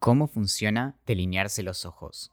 ¿Cómo funciona delinearse los ojos?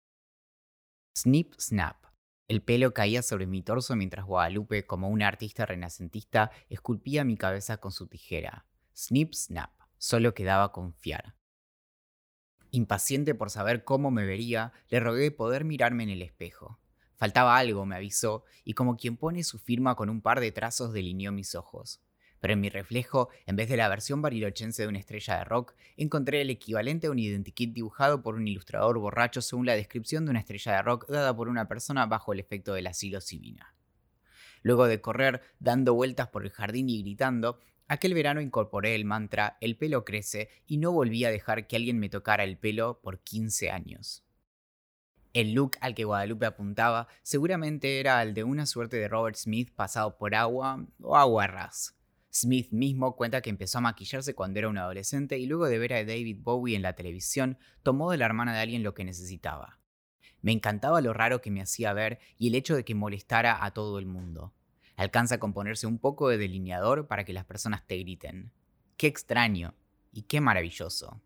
Snip, snap. El pelo caía sobre mi torso mientras Guadalupe, como una artista renacentista, esculpía mi cabeza con su tijera. Snip, snap. Solo quedaba confiar. Impaciente por saber cómo me vería, le rogué poder mirarme en el espejo. Faltaba algo, me avisó, y como quien pone su firma con un par de trazos delineó mis ojos. Pero en mi reflejo, en vez de la versión barilochense de una estrella de rock, encontré el equivalente a un identikit dibujado por un ilustrador borracho según la descripción de una estrella de rock dada por una persona bajo el efecto de la psilocibina. Luego de correr dando vueltas por el jardín y gritando, aquel verano incorporé el mantra "el pelo crece" y no volví a dejar que alguien me tocara el pelo por 15 años. El look al que Guadalupe apuntaba seguramente era el de una suerte de Robert Smith pasado por agua o agua ras. Smith mismo cuenta que empezó a maquillarse cuando era un adolescente y luego de ver a David Bowie en la televisión, tomó de la hermana de alguien lo que necesitaba. Me encantaba lo raro que me hacía ver y el hecho de que molestara a todo el mundo. Alcanza con ponerse un poco de delineador para que las personas te griten. ¡Qué extraño! Y qué maravilloso.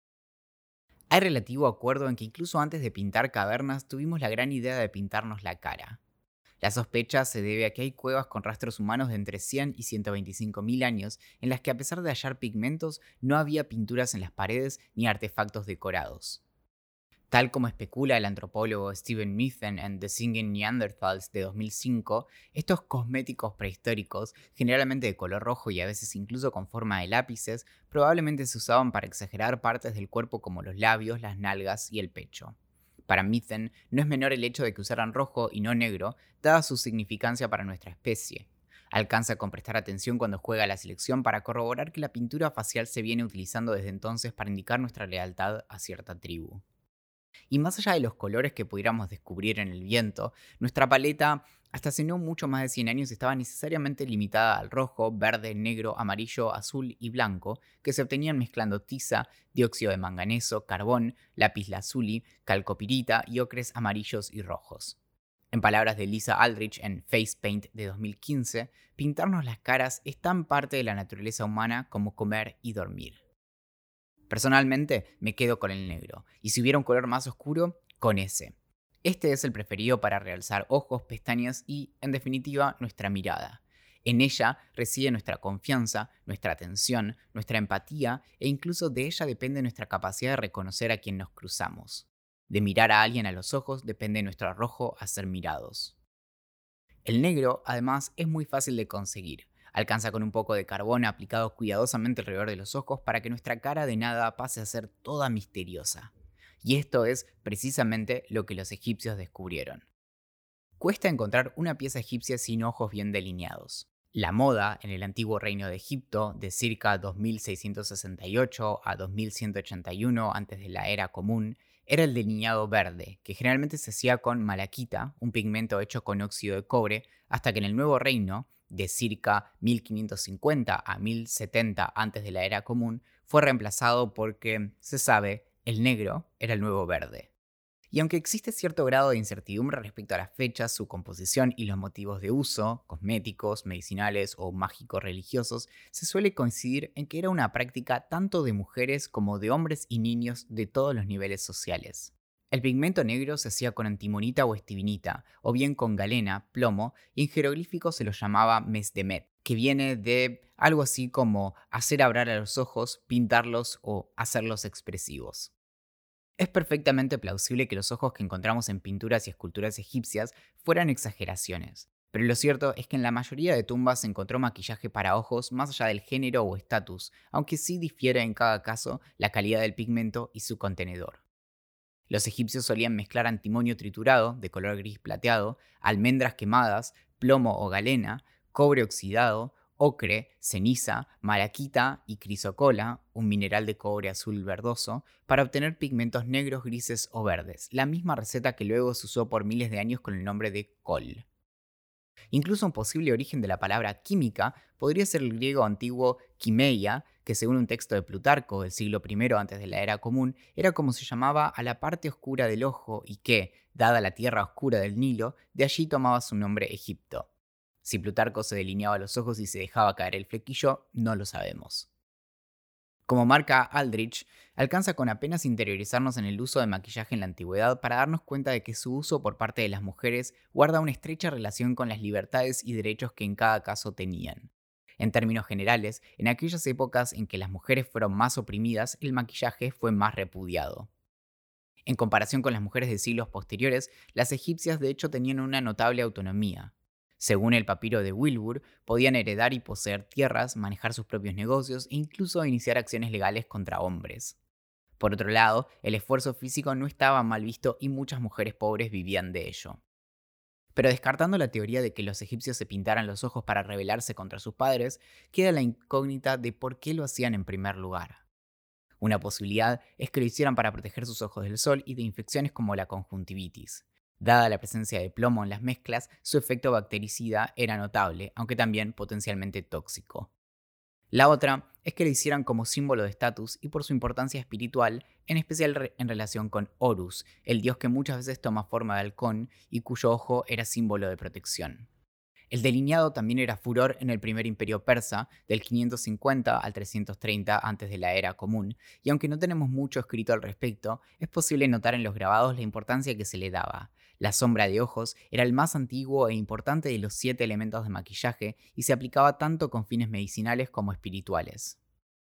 Hay relativo acuerdo en que incluso antes de pintar cavernas tuvimos la gran idea de pintarnos la cara. La sospecha se debe a que hay cuevas con rastros humanos de entre 100 y 125.000 años en las que a pesar de hallar pigmentos no había pinturas en las paredes ni artefactos decorados. Tal como especula el antropólogo Steven Mithen en The Singing Neanderthals de 2005, estos cosméticos prehistóricos, generalmente de color rojo y a veces incluso con forma de lápices, probablemente se usaban para exagerar partes del cuerpo como los labios, las nalgas y el pecho. Para Mithen, no es menor el hecho de que usaran rojo y no negro, dada su significancia para nuestra especie. Alcanza con prestar atención cuando juega a la selección para corroborar que la pintura facial se viene utilizando desde entonces para indicar nuestra lealtad a cierta tribu. Y más allá de los colores que pudiéramos descubrir en el viento, nuestra paleta hasta hace no mucho más de 100 años estaba necesariamente limitada al rojo, verde, negro, amarillo, azul y blanco, que se obtenían mezclando tiza, dióxido de manganeso, carbón, lapislázuli, calcopirita y ocres amarillos y rojos. En palabras de Lisa Aldrich en Face Paint de 2015, pintarnos las caras es tan parte de la naturaleza humana como comer y dormir. Personalmente, me quedo con el negro, y si hubiera un color más oscuro, con ese. Este es el preferido para realzar ojos, pestañas y, en definitiva, nuestra mirada. En ella reside nuestra confianza, nuestra atención, nuestra empatía e incluso de ella depende nuestra capacidad de reconocer a quien nos cruzamos. De mirar a alguien a los ojos depende nuestro arrojo a ser mirados. El negro, además, es muy fácil de conseguir. Alcanza con un poco de carbón aplicado cuidadosamente alrededor de los ojos para que nuestra cara de nada pase a ser toda misteriosa. Y esto es precisamente lo que los egipcios descubrieron. Cuesta encontrar una pieza egipcia sin ojos bien delineados. La moda en el antiguo reino de Egipto, de circa 2668 a 2181 antes de la era común, era el delineado verde, que generalmente se hacía con malaquita, un pigmento hecho con óxido de cobre, hasta que en el nuevo reino, de circa 1550 a 1070 antes de la era común, fue reemplazado porque, se sabe, el negro era el nuevo verde. Y aunque existe cierto grado de incertidumbre respecto a las fechas, su composición y los motivos de uso, cosméticos, medicinales o mágico-religiosos, se suele coincidir en que era una práctica tanto de mujeres como de hombres y niños de todos los niveles sociales. El pigmento negro se hacía con antimonita o estibinita, o bien con galena, plomo, y en jeroglífico se lo llamaba mesdemet, que viene de algo así como hacer abrir a los ojos, pintarlos o hacerlos expresivos. Es perfectamente plausible que los ojos que encontramos en pinturas y esculturas egipcias fueran exageraciones, pero lo cierto es que en la mayoría de tumbas se encontró maquillaje para ojos más allá del género o estatus, aunque sí difiere en cada caso la calidad del pigmento y su contenedor. Los egipcios solían mezclar antimonio triturado, de color gris plateado, almendras quemadas, plomo o galena, cobre oxidado, ocre, ceniza, malaquita y crisocola, un mineral de cobre azul verdoso, para obtener pigmentos negros, grises o verdes, la misma receta que luego se usó por miles de años con el nombre de col. Incluso un posible origen de la palabra química podría ser el griego antiguo kimeia, que según un texto de Plutarco del siglo I antes de la era común, era como se llamaba a la parte oscura del ojo y que, dada la tierra oscura del Nilo, de allí tomaba su nombre Egipto. Si Plutarco se delineaba los ojos y se dejaba caer el flequillo, no lo sabemos. Como marca Aldrich, alcanza con apenas interiorizarnos en el uso de maquillaje en la antigüedad para darnos cuenta de que su uso por parte de las mujeres guarda una estrecha relación con las libertades y derechos que en cada caso tenían. En términos generales, en aquellas épocas en que las mujeres fueron más oprimidas, el maquillaje fue más repudiado. En comparación con las mujeres de siglos posteriores, las egipcias de hecho tenían una notable autonomía. Según el papiro de Wilbur, podían heredar y poseer tierras, manejar sus propios negocios e incluso iniciar acciones legales contra hombres. Por otro lado, el esfuerzo físico no estaba mal visto y muchas mujeres pobres vivían de ello. Pero descartando la teoría de que los egipcios se pintaran los ojos para rebelarse contra sus padres, queda la incógnita de por qué lo hacían en primer lugar. Una posibilidad es que lo hicieran para proteger sus ojos del sol y de infecciones como la conjuntivitis. Dada la presencia de plomo en las mezclas, su efecto bactericida era notable, aunque también potencialmente tóxico. La otra es que lo hicieran como símbolo de estatus y por su importancia espiritual, en especial en relación con Horus, el dios que muchas veces toma forma de halcón y cuyo ojo era símbolo de protección. El delineado también era furor en el primer imperio persa, del 550 al 330 antes de la era común, y aunque no tenemos mucho escrito al respecto, es posible notar en los grabados la importancia que se le daba. La sombra de ojos era el más antiguo e importante de los 7 elementos de maquillaje y se aplicaba tanto con fines medicinales como espirituales.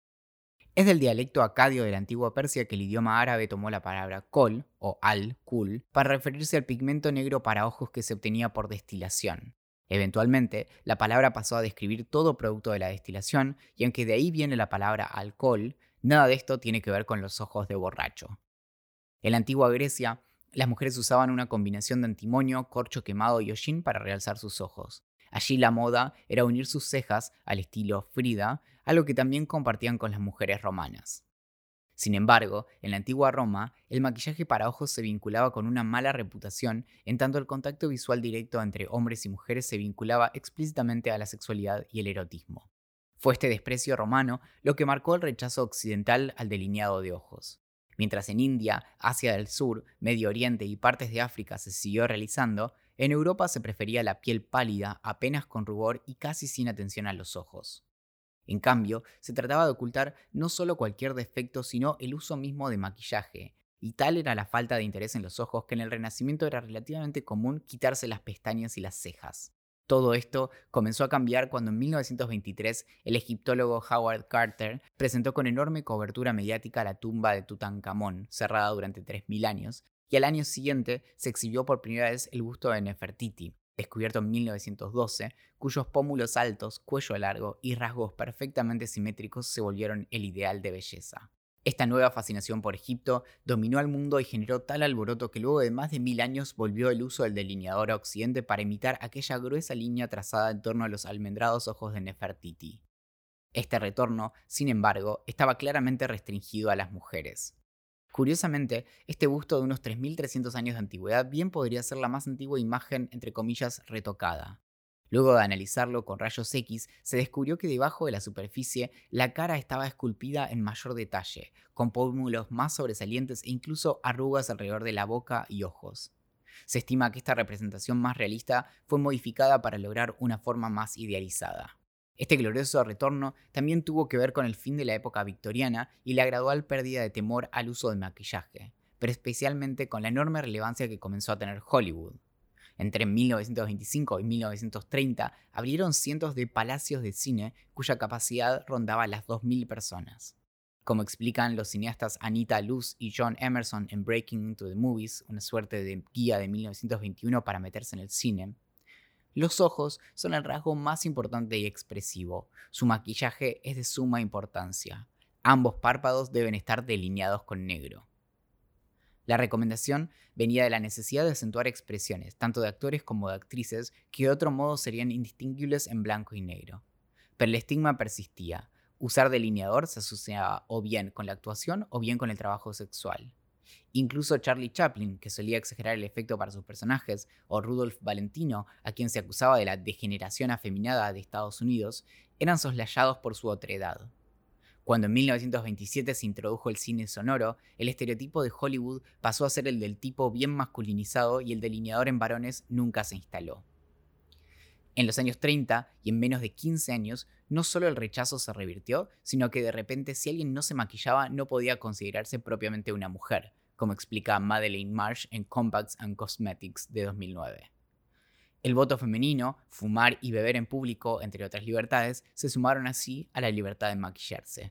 Es del dialecto acadio de la antigua Persia que el idioma árabe tomó la palabra kol, o al-kul, para referirse al pigmento negro para ojos que se obtenía por destilación. Eventualmente, la palabra pasó a describir todo producto de la destilación, y aunque de ahí viene la palabra alcohol, nada de esto tiene que ver con los ojos de borracho. En la antigua Grecia, las mujeres usaban una combinación de antimonio, corcho quemado y hollín para realzar sus ojos. Allí la moda era unir sus cejas al estilo Frida, algo que también compartían con las mujeres romanas. Sin embargo, en la antigua Roma, el maquillaje para ojos se vinculaba con una mala reputación, en tanto el contacto visual directo entre hombres y mujeres se vinculaba explícitamente a la sexualidad y el erotismo. Fue este desprecio romano lo que marcó el rechazo occidental al delineado de ojos. Mientras en India, Asia del Sur, Medio Oriente y partes de África se siguió realizando, en Europa se prefería la piel pálida, apenas con rubor y casi sin atención a los ojos. En cambio, se trataba de ocultar no solo cualquier defecto, sino el uso mismo de maquillaje, y tal era la falta de interés en los ojos que en el Renacimiento era relativamente común quitarse las pestañas y las cejas. Todo esto comenzó a cambiar cuando en 1923 el egiptólogo Howard Carter presentó con enorme cobertura mediática la tumba de Tutankamón, cerrada durante 3000 años, y al año siguiente se exhibió por primera vez el busto de Nefertiti, descubierto en 1912, cuyos pómulos altos, cuello largo y rasgos perfectamente simétricos se volvieron el ideal de belleza. Esta nueva fascinación por Egipto dominó al mundo y generó tal alboroto que luego de más de 1000 años volvió el uso del delineador a Occidente para imitar aquella gruesa línea trazada en torno a los almendrados ojos de Nefertiti. Este retorno, sin embargo, estaba claramente restringido a las mujeres. Curiosamente, este busto de unos 3300 años de antigüedad bien podría ser la más antigua imagen, entre comillas, retocada. Luego de analizarlo con rayos X, se descubrió que debajo de la superficie la cara estaba esculpida en mayor detalle, con pómulos más sobresalientes e incluso arrugas alrededor de la boca y ojos. Se estima que esta representación más realista fue modificada para lograr una forma más idealizada. Este glorioso retorno también tuvo que ver con el fin de la época victoriana y la gradual pérdida de temor al uso del maquillaje, pero especialmente con la enorme relevancia que comenzó a tener Hollywood. Entre 1925 y 1930 abrieron cientos de palacios de cine cuya capacidad rondaba las 2000 personas. Como explican los cineastas Anita Loos y John Emerson en Breaking Into the Movies, una suerte de guía de 1921 para meterse en el cine, los ojos son el rasgo más importante y expresivo. Su maquillaje es de suma importancia. Ambos párpados deben estar delineados con negro. La recomendación venía de la necesidad de acentuar expresiones, tanto de actores como de actrices, que de otro modo serían indistinguibles en blanco y negro. Pero el estigma persistía. Usar delineador se asociaba o bien con la actuación o bien con el trabajo sexual. Incluso Charlie Chaplin, que solía exagerar el efecto para sus personajes, o Rudolph Valentino, a quien se acusaba de la degeneración afeminada de Estados Unidos, eran soslayados por su otredad. Cuando en 1927 se introdujo el cine sonoro, el estereotipo de Hollywood pasó a ser el del tipo bien masculinizado y el delineador en varones nunca se instaló. En los años 30 y en menos de 15 años, no solo el rechazo se revirtió, sino que de repente si alguien no se maquillaba no podía considerarse propiamente una mujer, como explica Madeleine Marsh en Compacts and Cosmetics de 2009. El voto femenino, fumar y beber en público, entre otras libertades, se sumaron así a la libertad de maquillarse.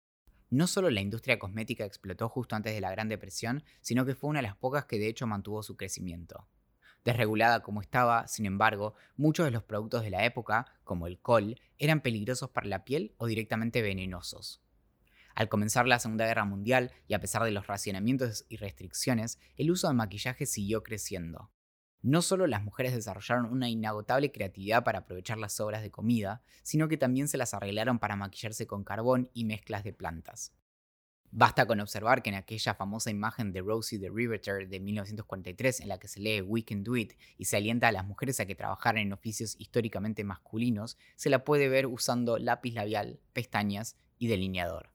No solo la industria cosmética explotó justo antes de la Gran Depresión, sino que fue una de las pocas que de hecho mantuvo su crecimiento. Desregulada como estaba, sin embargo, muchos de los productos de la época, como el col, eran peligrosos para la piel o directamente venenosos. Al comenzar la Segunda Guerra Mundial, y a pesar de los racionamientos y restricciones, el uso de maquillaje siguió creciendo. No solo las mujeres desarrollaron una inagotable creatividad para aprovechar las sobras de comida, sino que también se las arreglaron para maquillarse con carbón y mezclas de plantas. Basta con observar que en aquella famosa imagen de Rosie the Riveter de 1943 en la que se lee "We can do it" y se alienta a las mujeres a que trabajaran en oficios históricamente masculinos, se la puede ver usando lápiz labial, pestañas y delineador.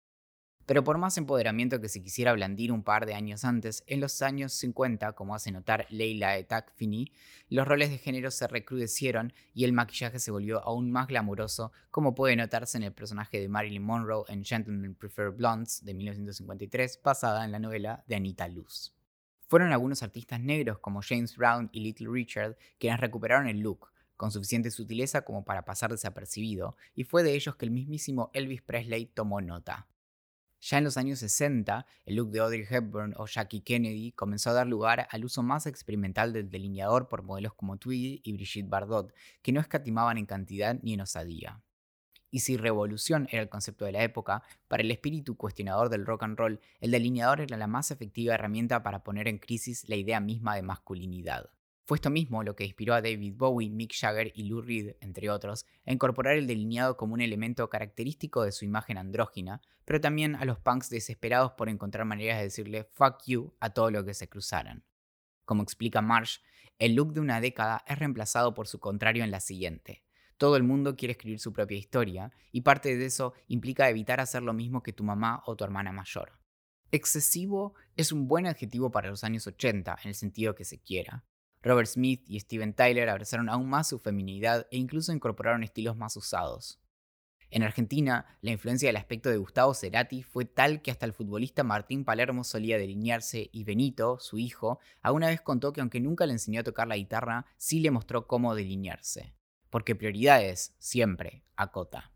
Pero por más empoderamiento que se quisiera blandir un par de años antes, en los años 50, como hace notar Leila Etakfini, los roles de género se recrudecieron y el maquillaje se volvió aún más glamuroso, como puede notarse en el personaje de Marilyn Monroe en Gentlemen Prefer Blondes de 1953, basada en la novela de Anita Loos. Fueron algunos artistas negros como James Brown y Little Richard quienes recuperaron el look, con suficiente sutileza como para pasar desapercibido, y fue de ellos que el mismísimo Elvis Presley tomó nota. Ya en los años 60, el look de Audrey Hepburn o Jackie Kennedy comenzó a dar lugar al uso más experimental del delineador por modelos como Twiggy y Brigitte Bardot, que no escatimaban en cantidad ni en osadía. Y si revolución era el concepto de la época, para el espíritu cuestionador del rock and roll, el delineador era la más efectiva herramienta para poner en crisis la idea misma de masculinidad. Fue esto mismo lo que inspiró a David Bowie, Mick Jagger y Lou Reed, entre otros, a incorporar el delineado como un elemento característico de su imagen andrógina, pero también a los punks desesperados por encontrar maneras de decirle "fuck you" a todo lo que se cruzaran. Como explica Marsh, el look de una década es reemplazado por su contrario en la siguiente. Todo el mundo quiere escribir su propia historia, y parte de eso implica evitar hacer lo mismo que tu mamá o tu hermana mayor. Excesivo es un buen adjetivo para los años 80, en el sentido que se quiera. Robert Smith y Steven Tyler abrazaron aún más su feminidad e incluso incorporaron estilos más usados. En Argentina, la influencia del aspecto de Gustavo Cerati fue tal que hasta el futbolista Martín Palermo solía delinearse y Benito, su hijo, alguna vez contó que aunque nunca le enseñó a tocar la guitarra, sí le mostró cómo delinearse. Porque prioridades, siempre, acota.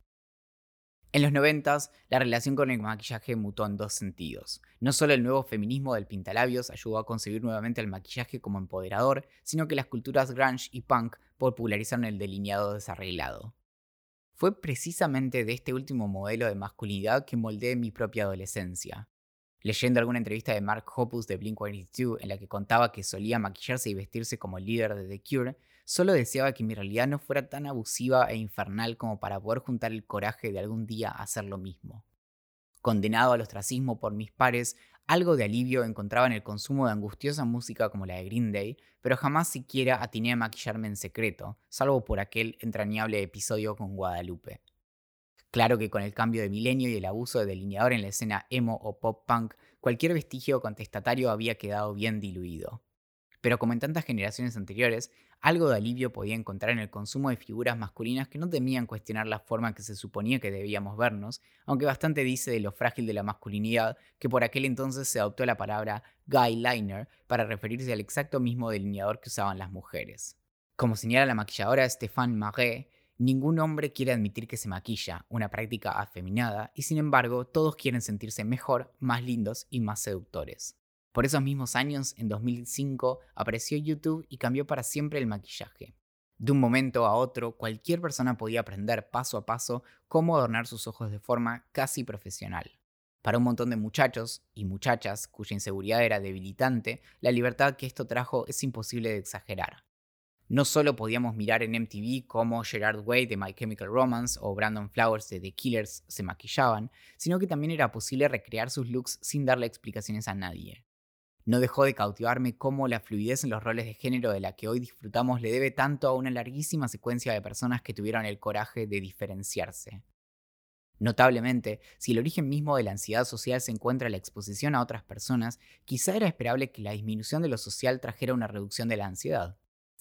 En los 90, la relación con el maquillaje mutó en dos sentidos. No solo el nuevo feminismo del pintalabios ayudó a concebir nuevamente el maquillaje como empoderador, sino que las culturas grunge y punk popularizaron el delineado desarreglado. Fue precisamente de este último modelo de masculinidad que moldeé mi propia adolescencia. Leyendo alguna entrevista de Mark Hoppus de Blink-182 en la que contaba que solía maquillarse y vestirse como el líder de The Cure, solo deseaba que mi realidad no fuera tan abusiva e infernal como para poder juntar el coraje de algún día hacer lo mismo. Condenado al ostracismo por mis pares, algo de alivio encontraba en el consumo de angustiosa música como la de Green Day, pero jamás siquiera atiné a maquillarme en secreto, salvo por aquel entrañable episodio con Guadalupe. Claro que con el cambio de milenio y el abuso de delineador en la escena emo o pop punk, cualquier vestigio contestatario había quedado bien diluido. Pero como en tantas generaciones anteriores, algo de alivio podía encontrar en el consumo de figuras masculinas que no temían cuestionar la forma en que se suponía que debíamos vernos, aunque bastante dice de lo frágil de la masculinidad que por aquel entonces se adoptó la palabra guy liner para referirse al exacto mismo delineador que usaban las mujeres. Como señala la maquilladora Stéphane Marais, ningún hombre quiere admitir que se maquilla, una práctica afeminada, y sin embargo todos quieren sentirse mejor, más lindos y más seductores. Por esos mismos años, en 2005, apareció YouTube y cambió para siempre el maquillaje. De un momento a otro, cualquier persona podía aprender paso a paso cómo adornar sus ojos de forma casi profesional. Para un montón de muchachos y muchachas cuya inseguridad era debilitante, la libertad que esto trajo es imposible de exagerar. No solo podíamos mirar en MTV cómo Gerard Way de My Chemical Romance o Brandon Flowers de The Killers se maquillaban, sino que también era posible recrear sus looks sin darle explicaciones a nadie. No dejó de cautivarme cómo la fluidez en los roles de género de la que hoy disfrutamos le debe tanto a una larguísima secuencia de personas que tuvieron el coraje de diferenciarse. Notablemente, si el origen mismo de la ansiedad social se encuentra en la exposición a otras personas, quizá era esperable que la disminución de lo social trajera una reducción de la ansiedad.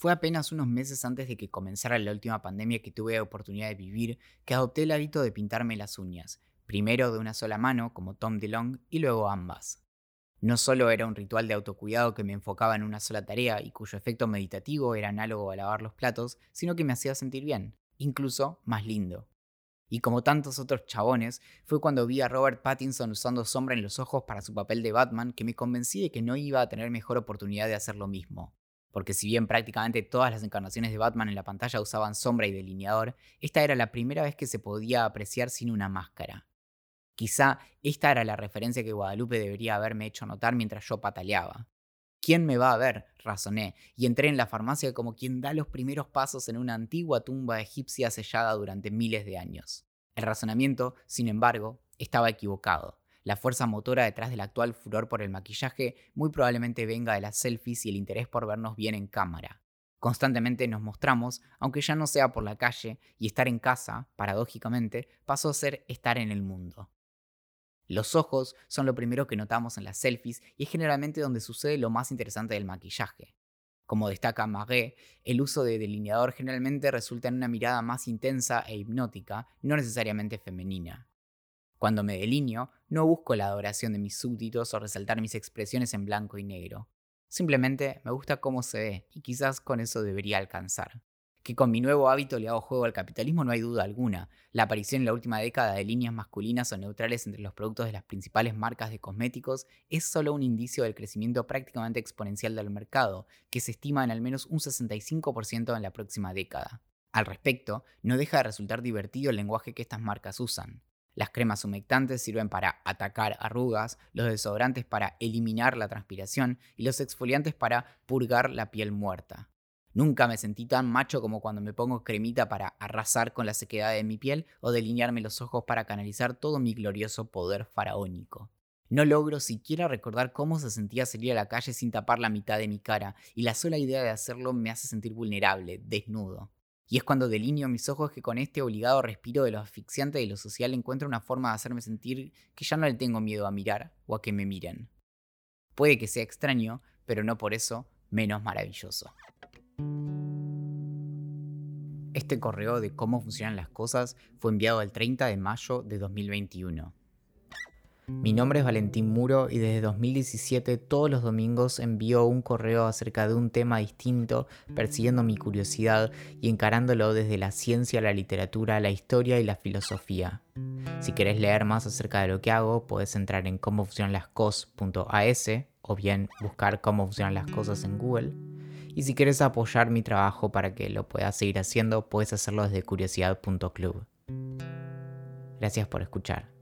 Fue apenas unos meses antes de que comenzara la última pandemia que tuve la oportunidad de vivir que adopté el hábito de pintarme las uñas, primero de una sola mano como Tom DeLonge y luego ambas. No solo era un ritual de autocuidado que me enfocaba en una sola tarea y cuyo efecto meditativo era análogo a lavar los platos, sino que me hacía sentir bien, incluso más lindo. Y como tantos otros chabones, fue cuando vi a Robert Pattinson usando sombra en los ojos para su papel de Batman que me convencí de que no iba a tener mejor oportunidad de hacer lo mismo. Porque si bien prácticamente todas las encarnaciones de Batman en la pantalla usaban sombra y delineador, esta era la primera vez que se podía apreciar sin una máscara. Quizá esta era la referencia que Guadalupe debería haberme hecho notar mientras yo pataleaba. ¿Quién me va a ver?, razoné, y entré en la farmacia como quien da los primeros pasos en una antigua tumba egipcia sellada durante miles de años. El razonamiento, sin embargo, estaba equivocado. La fuerza motora detrás del actual furor por el maquillaje muy probablemente venga de las selfies y el interés por vernos bien en cámara. Constantemente nos mostramos, aunque ya no sea por la calle, y estar en casa, paradójicamente, pasó a ser estar en el mundo. Los ojos son lo primero que notamos en las selfies y es generalmente donde sucede lo más interesante del maquillaje. Como destaca Marais, el uso de delineador generalmente resulta en una mirada más intensa e hipnótica, no necesariamente femenina. Cuando me delineo, no busco la adoración de mis súbditos o resaltar mis expresiones en blanco y negro. Simplemente me gusta cómo se ve y quizás con eso debería alcanzar. Que con mi nuevo hábito le hago juego al capitalismo no hay duda alguna. La aparición en la última década de líneas masculinas o neutrales entre los productos de las principales marcas de cosméticos es solo un indicio del crecimiento prácticamente exponencial del mercado, que se estima en al menos un 65% en la próxima década. Al respecto, no deja de resultar divertido el lenguaje que estas marcas usan. Las cremas humectantes sirven para atacar arrugas, los desodorantes para eliminar la transpiración y los exfoliantes para purgar la piel muerta. Nunca me sentí tan macho como cuando me pongo cremita para arrasar con la sequedad de mi piel o delinearme los ojos para canalizar todo mi glorioso poder faraónico. No logro siquiera recordar cómo se sentía salir a la calle sin tapar la mitad de mi cara, y la sola idea de hacerlo me hace sentir vulnerable, desnudo. Y es cuando delineo mis ojos que con este obligado respiro de lo asfixiante y lo social encuentro una forma de hacerme sentir que ya no le tengo miedo a mirar o a que me miren. Puede que sea extraño, pero no por eso menos maravilloso. Este correo de cómo funcionan las cosas fue enviado el 30 de mayo de 2021. Mi nombre es Valentín Muro y desde 2017 todos los domingos envío un correo acerca de un tema distinto, persiguiendo mi curiosidad y encarándolo desde la ciencia, la literatura, la historia y la filosofía. Si querés leer más acerca de lo que hago, podés entrar en comofuncionanlascos.as o bien buscar cómo funcionan las cosas en Google. Y si quieres apoyar mi trabajo para que lo puedas seguir haciendo, puedes hacerlo desde curiosidad.club. Gracias por escuchar.